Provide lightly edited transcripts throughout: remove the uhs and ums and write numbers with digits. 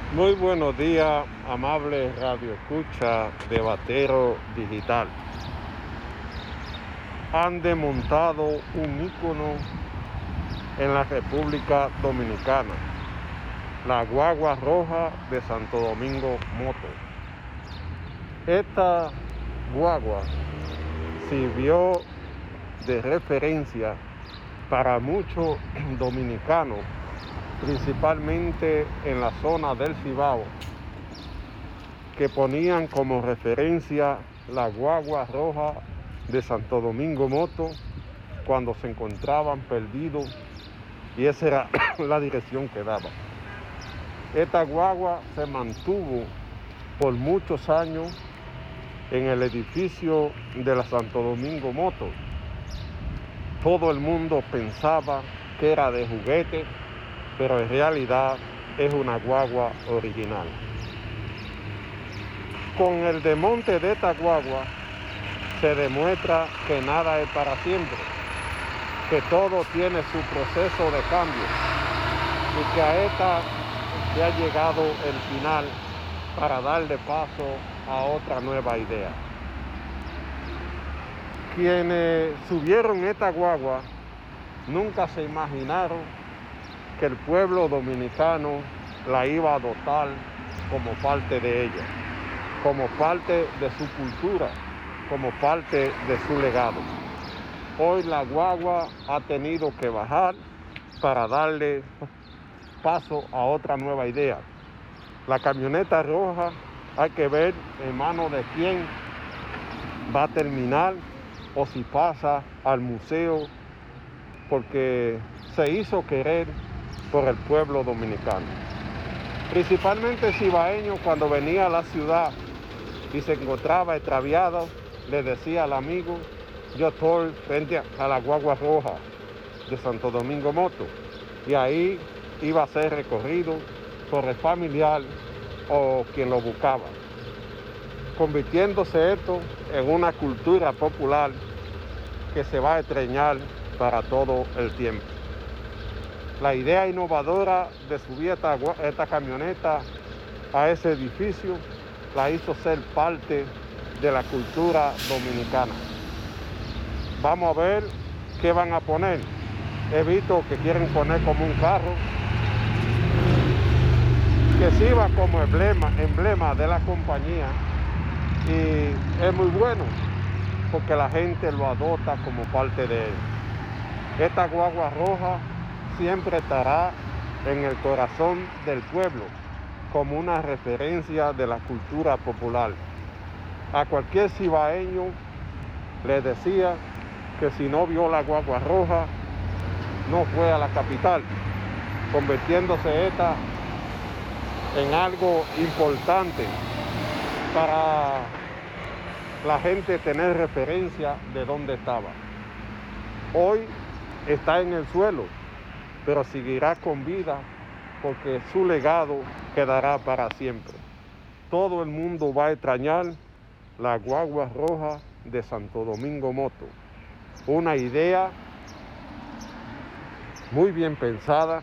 Muy buenos días, amable Radio Escucha de Batero Digital. Han desmontado un ícono en la República Dominicana, la guagua roja de Santo Domingo Moto. Esta guagua sirvió de referencia para muchos dominicanos, principalmente en la zona del Cibao, que ponían como referencia la guagua roja de Santo Domingo Moto cuando se encontraban perdidos, y esa era la dirección que daba. Esta guagua se mantuvo por muchos años en el edificio de la Santo Domingo Moto. Todo el mundo pensaba que era de juguete, pero en realidad es una guagua original. Con el desmonte de esta guagua se demuestra que nada es para siempre, que todo tiene su proceso de cambio y que a esta ya ha llegado el final para darle paso a otra nueva idea. Quienes subieron esta guagua nunca se imaginaron que el pueblo dominicano la iba a adoptar como parte de ella, como parte de su cultura, como parte de su legado. Hoy la guagua ha tenido que bajar para darle paso a otra nueva idea. La camioneta roja hay que ver en manos de quién va a terminar o si pasa al museo, porque se hizo querer por el pueblo dominicano. Principalmente cibaeño, cuando venía a la ciudad y se encontraba extraviado, le decía al amigo: yo estoy frente a la guagua roja de Santo Domingo Moto, y ahí iba a ser recorrido por el familiar o quien lo buscaba, convirtiéndose esto en una cultura popular que se va a estreñar para todo el tiempo. La idea innovadora de subir esta camioneta a ese edificio la hizo ser parte de la cultura dominicana. Vamos a ver qué van a poner. He visto que quieren poner como un carro que sirva como emblema de la compañía, y es muy bueno porque la gente lo adopta como parte de él. Esta guagua roja siempre estará en el corazón del pueblo como una referencia de la cultura popular. A cualquier cibaeño le decía que si no vio la guagua roja, no fue a la capital, convirtiéndose esta en algo importante para la gente tener referencia de dónde estaba. Hoy está en el suelo, pero seguirá con vida porque su legado quedará para siempre. Todo el mundo va a extrañar la guagua roja de Santo Domingo Moto. Una idea muy bien pensada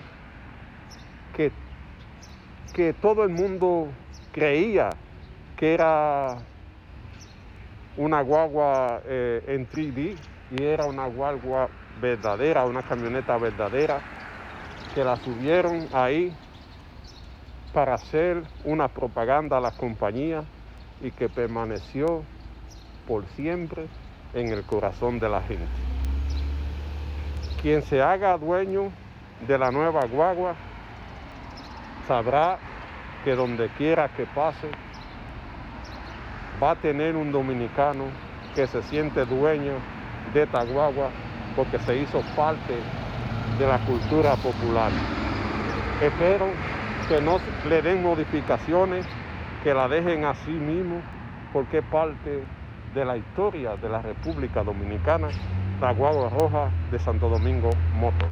que todo el mundo creía que era una guagua en 3D, y era una guagua verdadera, una camioneta verdadera, que la subieron ahí para hacer una propaganda a la compañía y que permaneció por siempre en el corazón de la gente. Quien se haga dueño de la nueva guagua sabrá que donde quiera que pase va a tener un dominicano que se siente dueño de esta guagua porque se hizo parte de la cultura popular. Espero que no le den modificaciones, que la dejen así mismo, porque es parte de la historia de la República Dominicana, la guagua roja de Santo Domingo Moto.